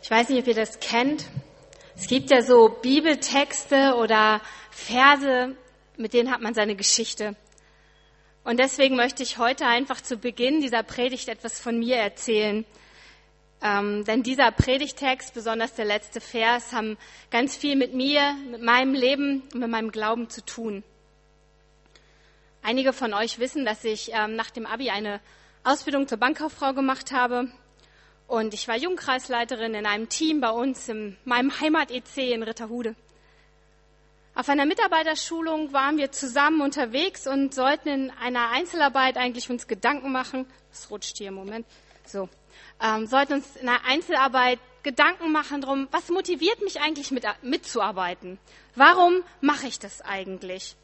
Ich weiß nicht, ob ihr das kennt. Es gibt ja so Bibeltexte oder Verse, mit denen hat man seine Geschichte. Und deswegen möchte ich heute einfach zu Beginn dieser Predigt etwas von mir erzählen. Denn dieser Predigtext, besonders der letzte Vers, haben ganz viel mit mir, mit meinem Leben und mit meinem Glauben zu tun. Einige von euch wissen, dass ich nach dem Abi eine Ausbildung zur Bankkauffrau gemacht habe. Und ich war Jugendkreisleiterin in einem Team bei uns in meinem Heimat-EC in Ritterhude. Auf einer Mitarbeiterschulung waren wir zusammen unterwegs und sollten in einer Einzelarbeit eigentlich uns Gedanken machen. Das rutscht hier im Moment. Sollten uns in einer Einzelarbeit Gedanken machen drum, was motiviert mich eigentlich mitzuarbeiten? Warum mache ich das eigentlich?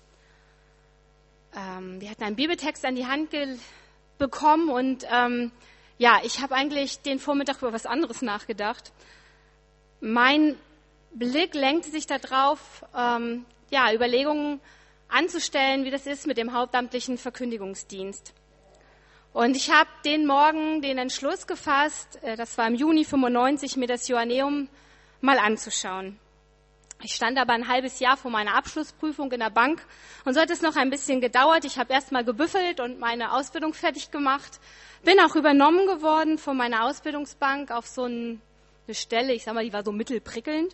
Wir hatten einen Bibeltext an die Hand bekommen und ich habe eigentlich den Vormittag über was anderes nachgedacht. Mein Blick lenkte sich darauf, Überlegungen anzustellen, wie das ist mit dem hauptamtlichen Verkündigungsdienst. Und ich habe den Morgen den Entschluss gefasst, das war im Juni 95, mir das Johanneum mal anzuschauen. Ich stand aber ein halbes Jahr vor meiner Abschlussprüfung in der Bank und so hat es noch ein bisschen gedauert. Ich habe erst mal gebüffelt und meine Ausbildung fertig gemacht. Bin auch übernommen geworden von meiner Ausbildungsbank auf so eine Stelle, ich sag mal, die war so mittelprickelnd.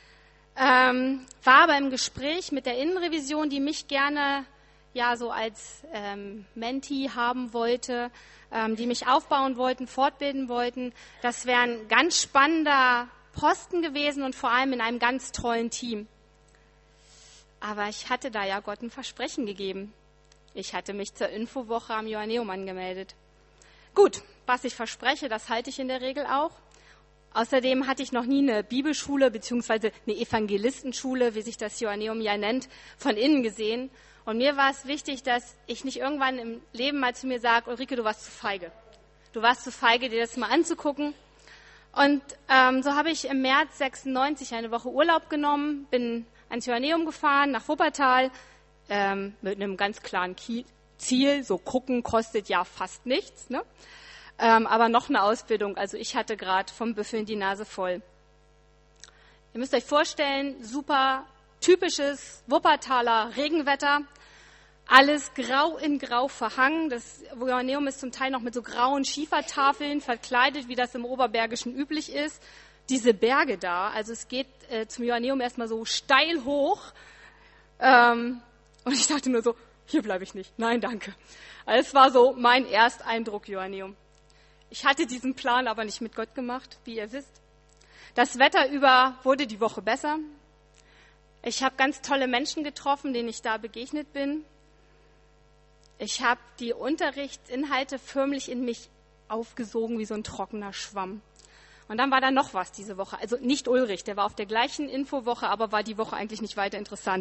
War aber im Gespräch mit der Innenrevision, die mich gerne so als Mentee haben wollte, die mich aufbauen wollten, fortbilden wollten. Das wäre ein ganz spannender Posten gewesen und vor allem in einem ganz tollen Team. Aber ich hatte da ja Gott ein Versprechen gegeben. Ich hatte mich zur Infowoche am Johanneum angemeldet. Gut, was ich verspreche, das halte ich in der Regel auch. Außerdem hatte ich noch nie eine Bibelschule bzw. eine Evangelistenschule, wie sich das Johanneum ja nennt, von innen gesehen. Und mir war es wichtig, dass ich nicht irgendwann im Leben mal zu mir sage, Ulrike, du warst zu feige. Du warst zu feige, dir das mal anzugucken. Und so habe ich im März 96 eine Woche Urlaub genommen, bin ans Johanneum gefahren, nach Wuppertal, mit einem ganz klaren Ziel. So gucken kostet ja fast nichts, ne? Aber noch eine Ausbildung. Also ich hatte gerade vom Büffeln die Nase voll. Ihr müsst euch vorstellen, super typisches Wuppertaler Regenwetter. Alles grau in grau verhangen. Das Johanneum ist zum Teil noch mit so grauen Schiefertafeln verkleidet, wie das im Oberbergischen üblich ist. Diese Berge da, also es geht zum Johanneum erstmal so steil hoch. Und ich dachte nur so, hier bleibe ich nicht. Nein, danke. Also es war so mein Ersteindruck Johanneum. Ich hatte diesen Plan aber nicht mit Gott gemacht, wie ihr wisst. Das Wetter über wurde die Woche besser. Ich habe ganz tolle Menschen getroffen, denen ich da begegnet bin. Ich habe die Unterrichtsinhalte förmlich in mich aufgesogen wie so ein trockener Schwamm. Und dann war da noch was diese Woche. Also nicht Ulrich, der war auf der gleichen Infowoche, aber war die Woche eigentlich nicht weiter interessant.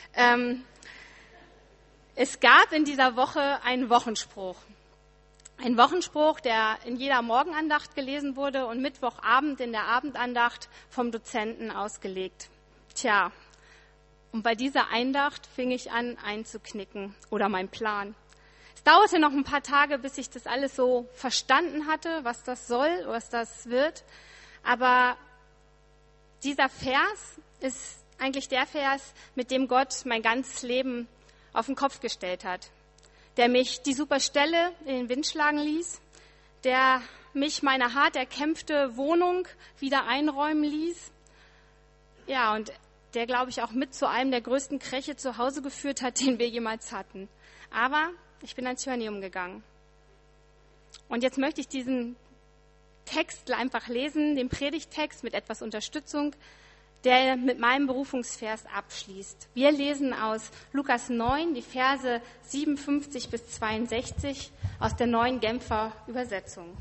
Es gab in dieser Woche einen Wochenspruch. Ein Wochenspruch, der in jeder Morgenandacht gelesen wurde und Mittwochabend in der Abendandacht vom Dozenten ausgelegt. Tja, und bei dieser Eindacht fing ich an einzuknicken oder mein Plan. Es dauerte noch ein paar Tage, bis ich das alles so verstanden hatte, was das soll, was das wird. Aber dieser Vers ist eigentlich der Vers, mit dem Gott mein ganzes Leben auf den Kopf gestellt hat. Der mich die super Stelle in den Wind schlagen ließ, der mich meine hart erkämpfte Wohnung wieder einräumen ließ. Ja, und der, glaube ich, auch mit zu einem der größten Kräche zu Hause geführt hat, den wir jemals hatten. Aber ich bin ans Johanneum gegangen. Und jetzt möchte ich diesen Text einfach lesen, den Predigttext mit etwas Unterstützung, der mit meinem Berufungsvers abschließt. Wir lesen aus Lukas 9, die Verse 57 bis 62 aus der Neuen Genfer Übersetzung.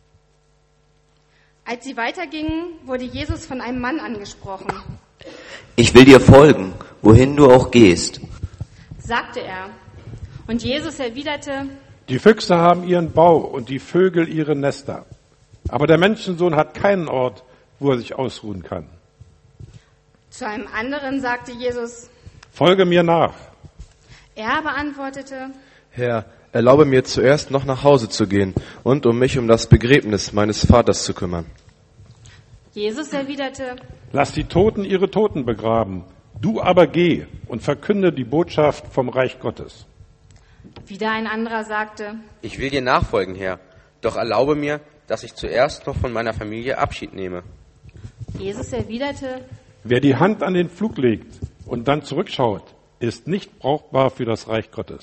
Als sie weitergingen, wurde Jesus von einem Mann angesprochen. Ich will dir folgen, wohin du auch gehst, sagte er. Und Jesus erwiderte, die Füchse haben ihren Bau und die Vögel ihre Nester. Aber der Menschensohn hat keinen Ort, wo er sich ausruhen kann. Zu einem anderen sagte Jesus, folge mir nach. Er aber antwortete, Herr, erlaube mir zuerst noch nach Hause zu gehen und um mich um das Begräbnis meines Vaters zu kümmern. Jesus erwiderte, lass die Toten ihre Toten begraben. Du aber geh und verkünde die Botschaft vom Reich Gottes. Wieder ein anderer sagte, Ich will dir nachfolgen, Herr, doch erlaube mir, dass ich zuerst noch von meiner Familie Abschied nehme. Jesus erwiderte, Wer die Hand an den Pflug legt und dann zurückschaut, ist nicht brauchbar für das Reich Gottes.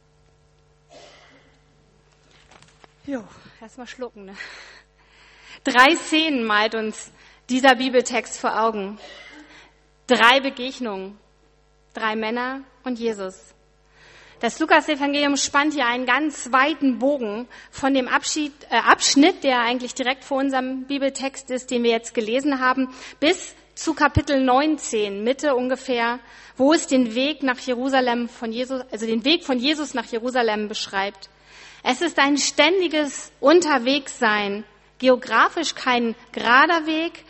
jo, erstmal schlucken, ne? 3 Szenen malt uns dieser Bibeltext vor Augen. 3 Begegnungen, 3 Männer und Jesus. Das Lukas-Evangelium spannt hier einen ganz weiten Bogen von dem Abschnitt, der eigentlich direkt vor unserem Bibeltext ist, den wir jetzt gelesen haben, bis zu Kapitel 19, Mitte ungefähr, wo es den Weg nach Jerusalem von Jesus, also den Weg von Jesus nach Jerusalem beschreibt. Es ist ein ständiges Unterwegssein, geografisch kein gerader Weg.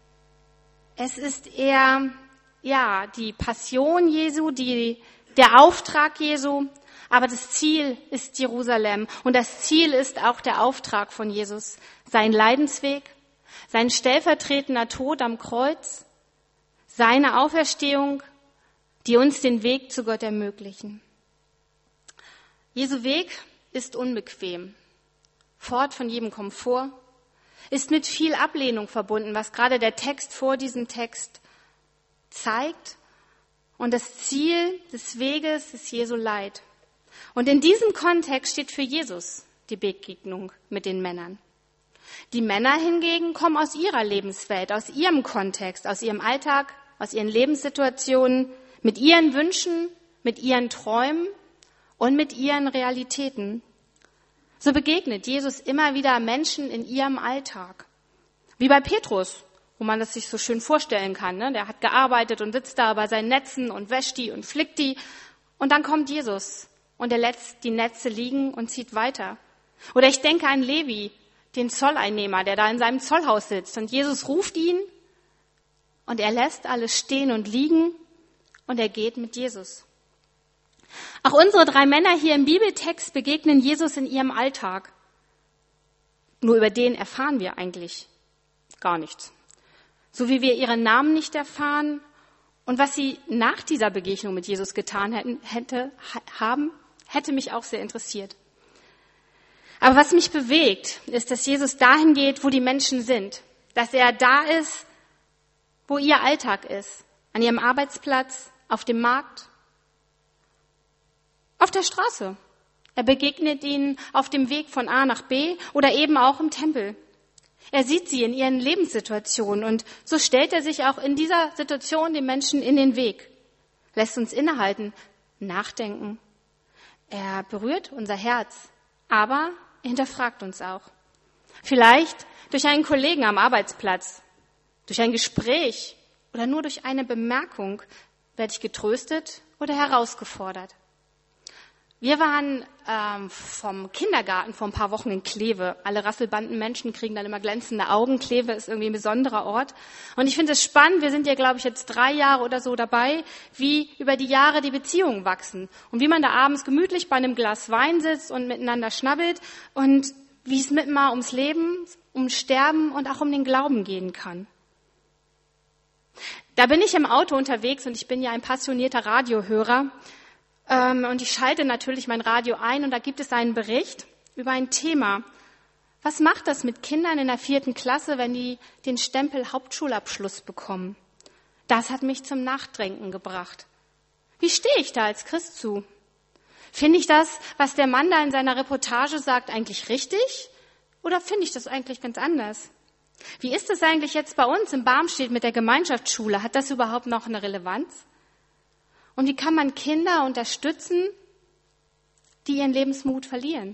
Es ist eher, die Passion Jesu, der Auftrag Jesu, aber das Ziel ist Jerusalem und das Ziel ist auch der Auftrag von Jesus, sein Leidensweg, sein stellvertretender Tod am Kreuz, seine Auferstehung, die uns den Weg zu Gott ermöglichen. Jesu Weg ist unbequem, fort von jedem Komfort, ist mit viel Ablehnung verbunden, was gerade der Text vor diesem Text zeigt. Und das Ziel des Weges ist Jesu Leid. Und in diesem Kontext steht für Jesus die Begegnung mit den Männern. Die Männer hingegen kommen aus ihrer Lebenswelt, aus ihrem Kontext, aus ihrem Alltag, aus ihren Lebenssituationen, mit ihren Wünschen, mit ihren Träumen und mit ihren Realitäten. So begegnet Jesus immer wieder Menschen in ihrem Alltag. Wie bei Petrus, wo man das sich so schön vorstellen kann. Ne? Der hat gearbeitet und sitzt da bei seinen Netzen und wäscht die und flickt die. Und dann kommt Jesus und er lässt die Netze liegen und zieht weiter. Oder ich denke an Levi, den Zolleinnehmer, der da in seinem Zollhaus sitzt. Und Jesus ruft ihn und er lässt alles stehen und liegen und er geht mit Jesus. Auch unsere 3 Männer hier im Bibeltext begegnen Jesus in ihrem Alltag. Nur über den erfahren wir eigentlich gar nichts. So wie wir ihren Namen nicht erfahren und was sie nach dieser Begegnung mit Jesus getan hätte mich auch sehr interessiert. Aber was mich bewegt, ist, dass Jesus dahin geht, wo die Menschen sind. Dass er da ist, wo ihr Alltag ist. An ihrem Arbeitsplatz, auf dem Markt, auf der Straße. Er begegnet ihnen auf dem Weg von A nach B oder eben auch im Tempel. Er sieht sie in ihren Lebenssituationen und so stellt er sich auch in dieser Situation den Menschen in den Weg. Lässt uns innehalten, nachdenken. Er berührt unser Herz, aber er hinterfragt uns auch. Vielleicht durch einen Kollegen am Arbeitsplatz, durch ein Gespräch oder nur durch eine Bemerkung werde ich getröstet oder herausgefordert. Wir waren vom Kindergarten vor ein paar Wochen in Kleve. Alle Rasselbandenmenschen kriegen dann immer glänzende Augen. Kleve ist irgendwie ein besonderer Ort. Und ich finde es spannend, wir sind ja, glaube ich, jetzt 3 Jahre oder so dabei, wie über die Jahre die Beziehungen wachsen. Und wie man da abends gemütlich bei einem Glas Wein sitzt und miteinander schnabbelt. Und wie es mit mal ums Leben, ums Sterben und auch um den Glauben gehen kann. Da bin ich im Auto unterwegs und ich bin ja ein passionierter Radiohörer. Und ich schalte natürlich mein Radio ein und da gibt es einen Bericht über ein Thema. Was macht das mit Kindern in der 4. Klasse, wenn die den Stempel Hauptschulabschluss bekommen? Das hat mich zum Nachdenken gebracht. Wie stehe ich da als Christ zu? Finde ich das, was der Mann da in seiner Reportage sagt, eigentlich richtig? Oder finde ich das eigentlich ganz anders? Wie ist es eigentlich jetzt bei uns in Barmstedt mit der Gemeinschaftsschule? Hat das überhaupt noch eine Relevanz? Und wie kann man Kinder unterstützen, die ihren Lebensmut verlieren?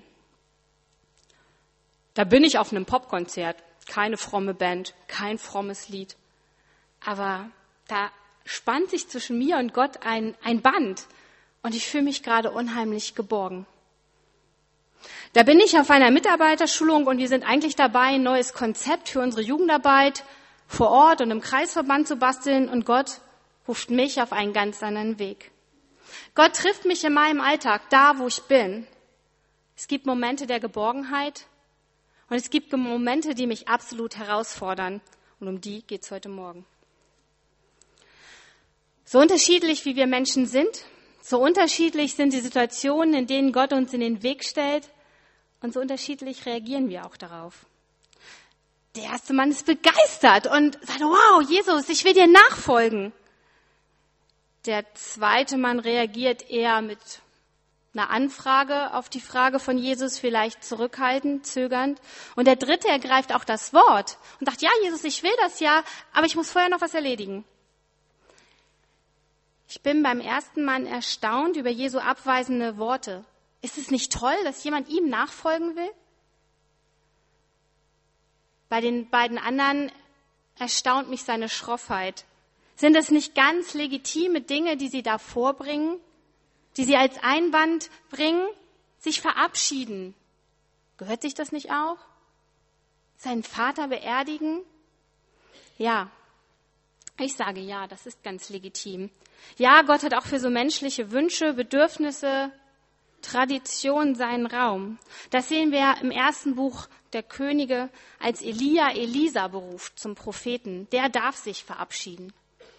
Da bin ich auf einem Popkonzert, keine fromme Band, kein frommes Lied. Aber da spannt sich zwischen mir und Gott ein Band und ich fühle mich gerade unheimlich geborgen. Da bin ich auf einer Mitarbeiterschulung und wir sind eigentlich dabei, ein neues Konzept für unsere Jugendarbeit vor Ort und im Kreisverband zu basteln und Gott ruft mich auf einen ganz anderen Weg. Gott trifft mich in meinem Alltag, da wo ich bin. Es gibt Momente der Geborgenheit und es gibt Momente, die mich absolut herausfordern Und um die geht es heute Morgen. So unterschiedlich wie wir Menschen sind, so unterschiedlich sind die Situationen, in denen Gott uns in den Weg stellt, und so unterschiedlich reagieren wir auch darauf. Der erste Mann ist begeistert und sagt, wow, Jesus, ich will dir nachfolgen. Der zweite Mann reagiert eher mit einer Anfrage auf die Frage von Jesus, vielleicht zurückhaltend, zögernd. Und der dritte ergreift auch das Wort und sagt, ja, Jesus, ich will das ja, aber ich muss vorher noch was erledigen. Ich bin beim ersten Mann erstaunt über Jesu abweisende Worte. Ist es nicht toll, dass jemand ihm nachfolgen will? Bei den beiden anderen erstaunt mich seine Schroffheit. Sind es nicht ganz legitime Dinge, die sie da vorbringen, die sie als Einwand bringen? Sich verabschieden. Gehört sich das nicht auch? Seinen Vater beerdigen? Ja, ich sage ja, das ist ganz legitim. Ja, Gott hat auch für so menschliche Wünsche, Bedürfnisse, Tradition seinen Raum. Das sehen wir im ersten Buch der Könige, als Elia Elisa beruft zum Propheten. Der darf sich verabschieden.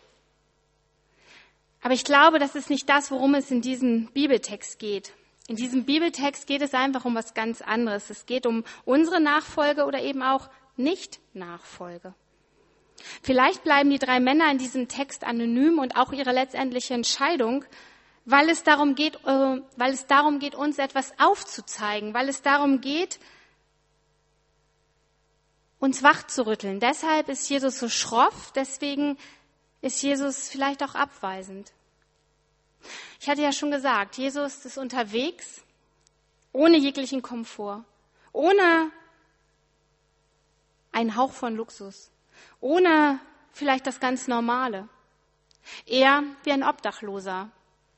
Aber ich glaube, das ist nicht das, worum es in diesem Bibeltext geht. In diesem Bibeltext geht es einfach um was ganz anderes. Es geht um unsere Nachfolge oder eben auch Nicht-Nachfolge. Vielleicht bleiben die 3 Männer in diesem Text anonym und auch ihre letztendliche Entscheidung, weil es darum geht, uns etwas aufzuzeigen, weil es darum geht, uns wachzurütteln. Deshalb ist Jesus so schroff, deswegen ist Jesus vielleicht auch abweisend. Ich hatte ja schon gesagt, Jesus ist unterwegs, ohne jeglichen Komfort, ohne einen Hauch von Luxus, ohne vielleicht das ganz Normale. Eher wie ein Obdachloser.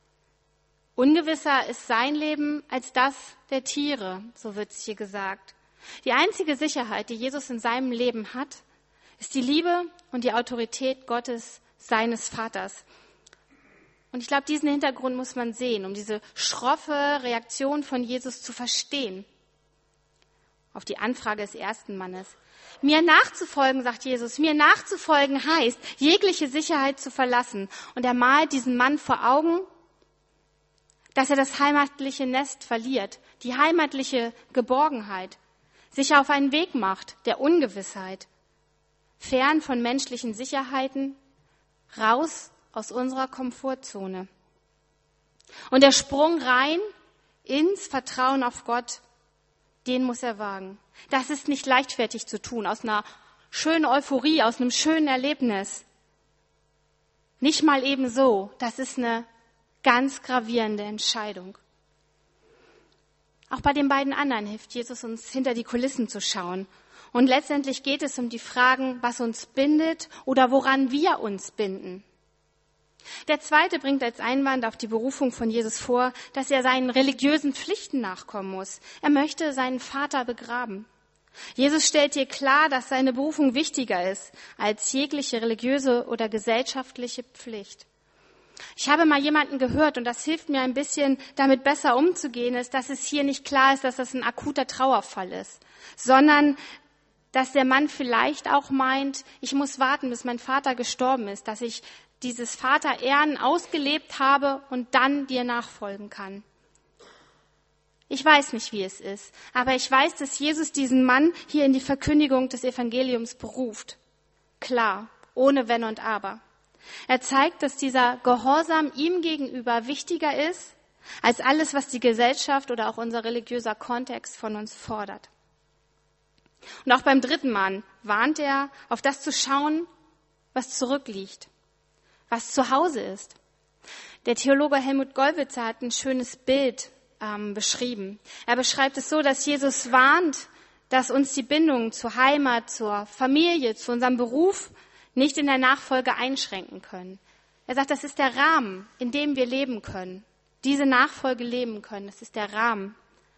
Ungewisser ist sein Leben als das der Tiere, so wird es hier gesagt. Die einzige Sicherheit, die Jesus in seinem Leben hat, ist die Liebe und die Autorität Gottes, seines Vaters. Und ich glaube, diesen Hintergrund muss man sehen, um diese schroffe Reaktion von Jesus zu verstehen. Auf die Anfrage des ersten Mannes. Mir nachzufolgen, sagt Jesus, mir nachzufolgen heißt, jegliche Sicherheit zu verlassen. Und er malt diesen Mann vor Augen, dass er das heimatliche Nest verliert, die heimatliche Geborgenheit, sich auf einen Weg macht der Ungewissheit, fern von menschlichen Sicherheiten, raus aus unserer Komfortzone. Und der Sprung rein ins Vertrauen auf Gott, den muss er wagen. Das ist nicht leichtfertig zu tun, aus einer schönen Euphorie, aus einem schönen Erlebnis. Nicht mal eben so, das ist eine ganz gravierende Entscheidung. Auch bei den beiden anderen hilft Jesus uns, hinter die Kulissen zu schauen. Und letztendlich geht es um die Fragen, was uns bindet oder woran wir uns binden. Der zweite bringt als Einwand auf die Berufung von Jesus vor, dass er seinen religiösen Pflichten nachkommen muss. Er möchte seinen Vater begraben. Jesus stellt hier klar, dass seine Berufung wichtiger ist als jegliche religiöse oder gesellschaftliche Pflicht. Ich habe mal jemanden gehört, und das hilft mir ein bisschen, damit besser umzugehen, ist, dass es hier nicht klar ist, dass das ein akuter Trauerfall ist, sondern dass der Mann vielleicht auch meint, ich muss warten, bis mein Vater gestorben ist, dass ich dieses Vaterehren ausgelebt habe und dann dir nachfolgen kann. Ich weiß nicht, wie es ist, aber ich weiß, dass Jesus diesen Mann hier in die Verkündigung des Evangeliums beruft. Klar, ohne Wenn und Aber. Er zeigt, dass dieser Gehorsam ihm gegenüber wichtiger ist als alles, was die Gesellschaft oder auch unser religiöser Kontext von uns fordert. Und auch beim dritten Mann warnt er, auf das zu schauen, was zurückliegt, was zu Hause ist. Der Theologe Helmut Gollwitzer hat ein schönes Bild beschrieben. Er beschreibt es so, dass Jesus warnt, dass uns die Bindung zur Heimat, zur Familie, zu unserem Beruf nicht in der Nachfolge einschränken können. Er sagt, das ist der Rahmen, in dem wir leben können, diese Nachfolge leben können. Das ist der Rahmen.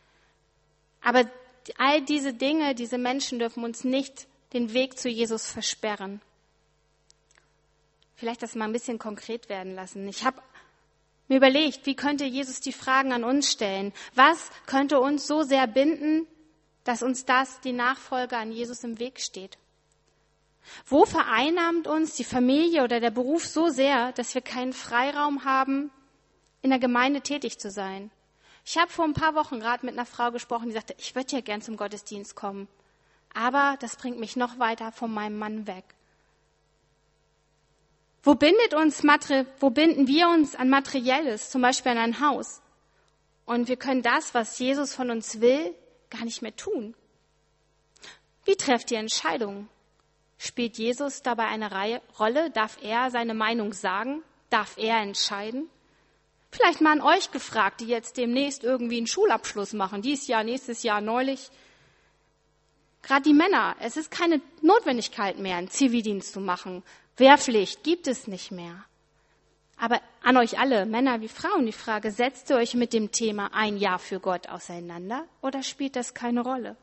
Aber all diese Dinge, diese Menschen dürfen uns nicht den Weg zu Jesus versperren. Vielleicht das mal ein bisschen konkret werden lassen. Ich habe mir überlegt, wie könnte Jesus die Fragen an uns stellen? Was könnte uns so sehr binden, dass uns die Nachfolge an Jesus im Weg steht? Wo vereinnahmt uns die Familie oder der Beruf so sehr, dass wir keinen Freiraum haben, in der Gemeinde tätig zu sein? Ich habe vor ein paar Wochen gerade mit einer Frau gesprochen, die sagte, ich würde ja gern zum Gottesdienst kommen, aber das bringt mich noch weiter von meinem Mann weg. Wo binden wir uns an Materielles, zum Beispiel an ein Haus? Und wir können das, was Jesus von uns will, gar nicht mehr tun. Wie trefft ihr Entscheidungen? Spielt Jesus dabei eine Rolle? Darf er seine Meinung sagen? Darf er entscheiden? Vielleicht mal an euch gefragt, die jetzt demnächst irgendwie einen Schulabschluss machen. Dieses Jahr, nächstes Jahr, neulich. Gerade die Männer, es ist keine Notwendigkeit mehr, einen Zivildienst zu machen. Wehrpflicht gibt es nicht mehr. Aber an euch alle, Männer wie Frauen, die Frage, setzt ihr euch mit dem Thema ein Jahr für Gott auseinander oder spielt das keine Rolle?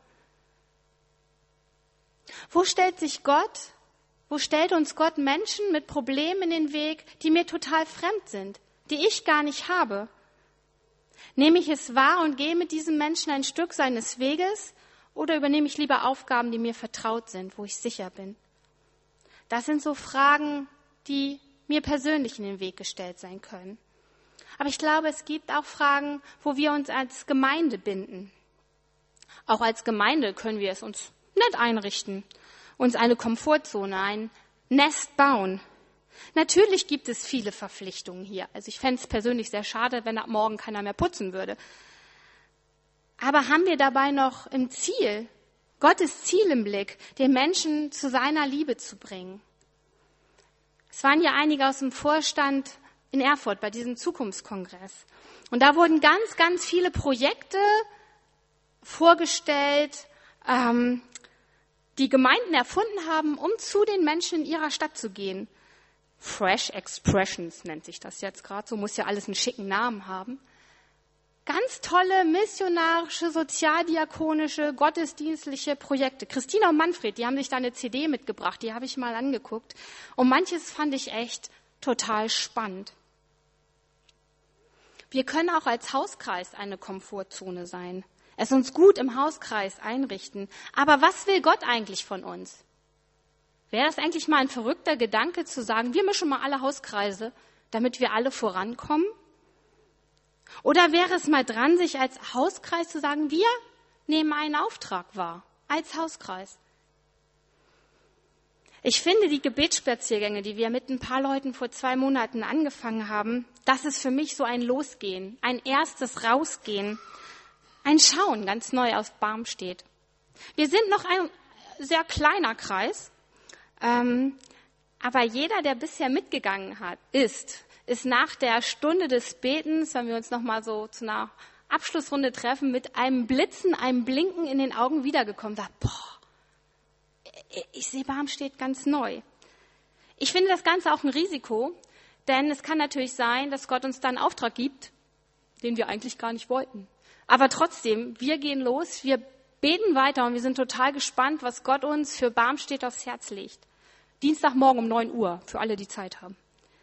Wo stellt uns Gott Menschen mit Problemen in den Weg, die mir total fremd sind, die ich gar nicht habe? Nehme ich es wahr und gehe mit diesem Menschen ein Stück seines Weges oder übernehme ich lieber Aufgaben, die mir vertraut sind, wo ich sicher bin? Das sind so Fragen, die mir persönlich in den Weg gestellt sein können. Aber ich glaube, es gibt auch Fragen, wo wir uns als Gemeinde binden. Auch als Gemeinde können wir es uns nett einrichten, uns eine Komfortzone, ein Nest bauen. Natürlich gibt es viele Verpflichtungen hier. Also ich fände es persönlich sehr schade, wenn ab morgen keiner mehr putzen würde. Aber haben wir dabei noch im Ziel, Gottes Ziel im Blick, den Menschen zu seiner Liebe zu bringen? Es waren ja einige aus dem Vorstand in Erfurt bei diesem Zukunftskongress. Und da wurden ganz, ganz viele Projekte vorgestellt, die Gemeinden erfunden haben, um zu den Menschen in ihrer Stadt zu gehen. Fresh Expressions nennt sich das jetzt gerade, so muss ja alles einen schicken Namen haben. Ganz tolle missionarische, sozialdiakonische, gottesdienstliche Projekte. Christina und Manfred, die haben sich da eine CD mitgebracht, die habe ich mal angeguckt. Und manches fand ich echt total spannend. Wir können auch als Hauskreis eine Komfortzone sein, es uns gut im Hauskreis einrichten. Aber was will Gott eigentlich von uns? Wäre das eigentlich mal ein verrückter Gedanke zu sagen, wir mischen mal alle Hauskreise, damit wir alle vorankommen? Oder wäre es mal dran, sich als Hauskreis zu sagen, wir nehmen einen Auftrag wahr, als Hauskreis? Ich finde, die Gebetsspaziergänge, die wir mit ein paar Leuten vor 2 Monaten angefangen haben, das ist für mich so ein Losgehen, ein erstes Rausgehen, ein Schauen, ganz neu aus Barmstedt. Wir sind noch ein sehr kleiner Kreis, aber jeder, der bisher mitgegangen ist nach der Stunde des Betens, wenn wir uns noch mal so zu einer Abschlussrunde treffen, mit einem Blitzen, einem Blinken in den Augen wiedergekommen. Sagt, ich sehe Barmstedt ganz neu. Ich finde das Ganze auch ein Risiko, denn es kann natürlich sein, dass Gott uns dann einen Auftrag gibt, den wir eigentlich gar nicht wollten. Aber trotzdem, wir gehen los, wir beten weiter und wir sind total gespannt, was Gott uns für Barmstedt aufs Herz legt. Dienstagmorgen um 9 Uhr, für alle, die Zeit haben.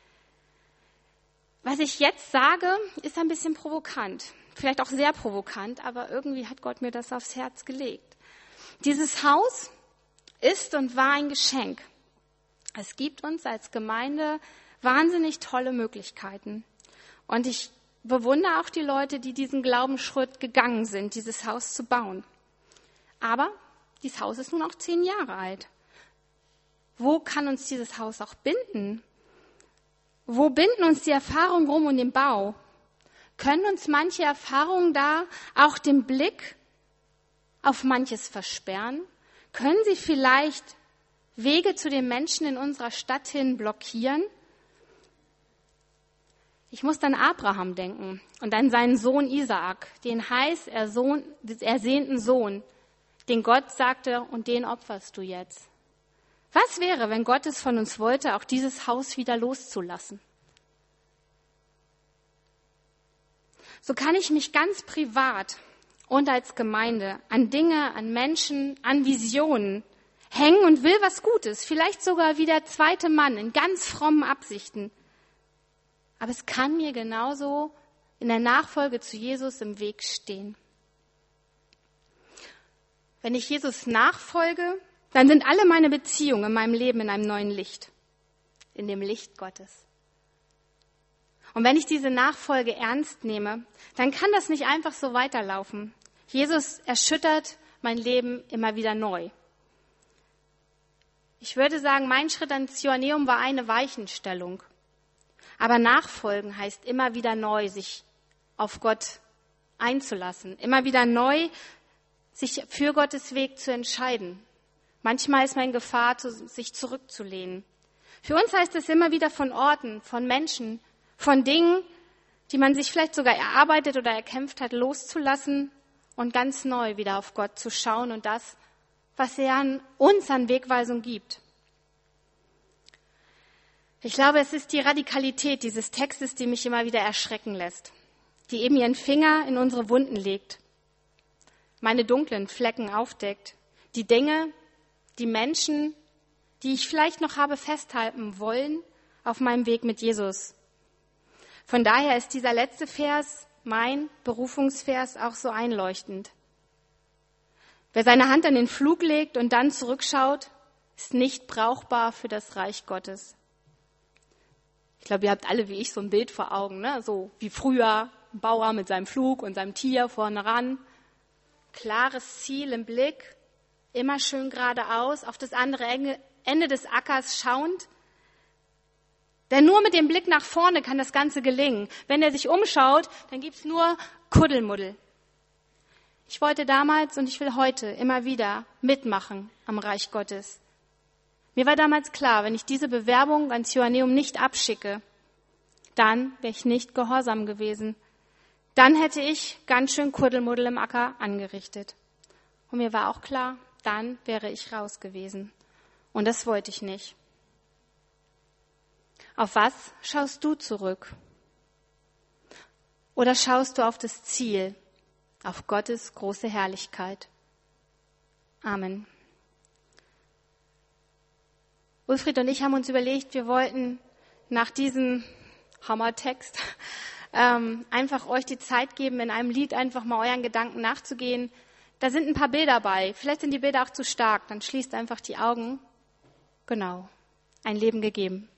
Was ich jetzt sage, ist ein bisschen provokant. Vielleicht auch sehr provokant, aber irgendwie hat Gott mir das aufs Herz gelegt. Dieses Haus ist und war ein Geschenk. Es gibt uns als Gemeinde wahnsinnig tolle Möglichkeiten. Und ich bewundere auch die Leute, die diesen Glaubensschritt gegangen sind, dieses Haus zu bauen. Aber dieses Haus ist nun auch 10 Jahre alt. Wo kann uns dieses Haus auch binden? Wo binden uns die Erfahrungen rum und den Bau? Können uns manche Erfahrungen da auch den Blick auf manches versperren? Können sie vielleicht Wege zu den Menschen in unserer Stadt hin blockieren? Ich muss an Abraham denken und an seinen Sohn Isaak, den heiß ersehnten Sohn, den Gott sagte, und den opferst du jetzt. Was wäre, wenn Gott es von uns wollte, auch dieses Haus wieder loszulassen? So kann ich mich ganz privat und als Gemeinde an Dinge, an Menschen, an Visionen hängen und will was Gutes, vielleicht sogar wie der zweite Mann in ganz frommen Absichten. Aber es kann mir genauso in der Nachfolge zu Jesus im Weg stehen. Wenn ich Jesus nachfolge, dann sind alle meine Beziehungen in meinem Leben in einem neuen Licht, in dem Licht Gottes. Und wenn ich diese Nachfolge ernst nehme, dann kann das nicht einfach so weiterlaufen. Jesus erschüttert mein Leben immer wieder neu. Ich würde sagen, mein Schritt ans Johanneum war eine Weichenstellung. Aber Nachfolgen heißt immer wieder neu, sich auf Gott einzulassen. Immer wieder neu, sich für Gottes Weg zu entscheiden. Manchmal ist man in Gefahr, sich zurückzulehnen. Für uns heißt es immer wieder von Orten, von Menschen, von Dingen, die man sich vielleicht sogar erarbeitet oder erkämpft hat, loszulassen und ganz neu wieder auf Gott zu schauen und das, was er uns an Wegweisung gibt. Ich glaube, es ist die Radikalität dieses Textes, die mich immer wieder erschrecken lässt, die eben ihren Finger in unsere Wunden legt, meine dunklen Flecken aufdeckt, die Dinge, die Menschen, die ich vielleicht noch habe festhalten wollen auf meinem Weg mit Jesus. Von daher ist dieser letzte Vers, mein Berufungsvers, auch so einleuchtend. Wer seine Hand an den Pflug legt und dann zurückschaut, ist nicht brauchbar für das Reich Gottes. Ich glaube, ihr habt alle wie ich so ein Bild vor Augen, ne? So wie früher, ein Bauer mit seinem Pflug und seinem Tier vorne ran. Klares Ziel im Blick, immer schön geradeaus, auf das andere Ende des Ackers schauend. Denn nur mit dem Blick nach vorne kann das Ganze gelingen. Wenn er sich umschaut, dann gibt's nur Kuddelmuddel. Ich wollte damals und ich will heute immer wieder mitmachen am Reich Gottes. Mir war damals klar, wenn ich diese Bewerbung ans Johanneum nicht abschicke, dann wäre ich nicht gehorsam gewesen. Dann hätte ich ganz schön Kuddelmuddel im Acker angerichtet. Und mir war auch klar, dann wäre ich raus gewesen. Und das wollte ich nicht. Auf was schaust du zurück? Oder schaust du auf das Ziel, auf Gottes große Herrlichkeit? Amen. Ulfried und ich haben uns überlegt, wir wollten nach diesem Hammertext einfach euch die Zeit geben, in einem Lied einfach mal euren Gedanken nachzugehen. Da sind ein paar Bilder bei. Vielleicht sind die Bilder auch zu stark. Dann schließt einfach die Augen. Genau. Ein Leben gegeben.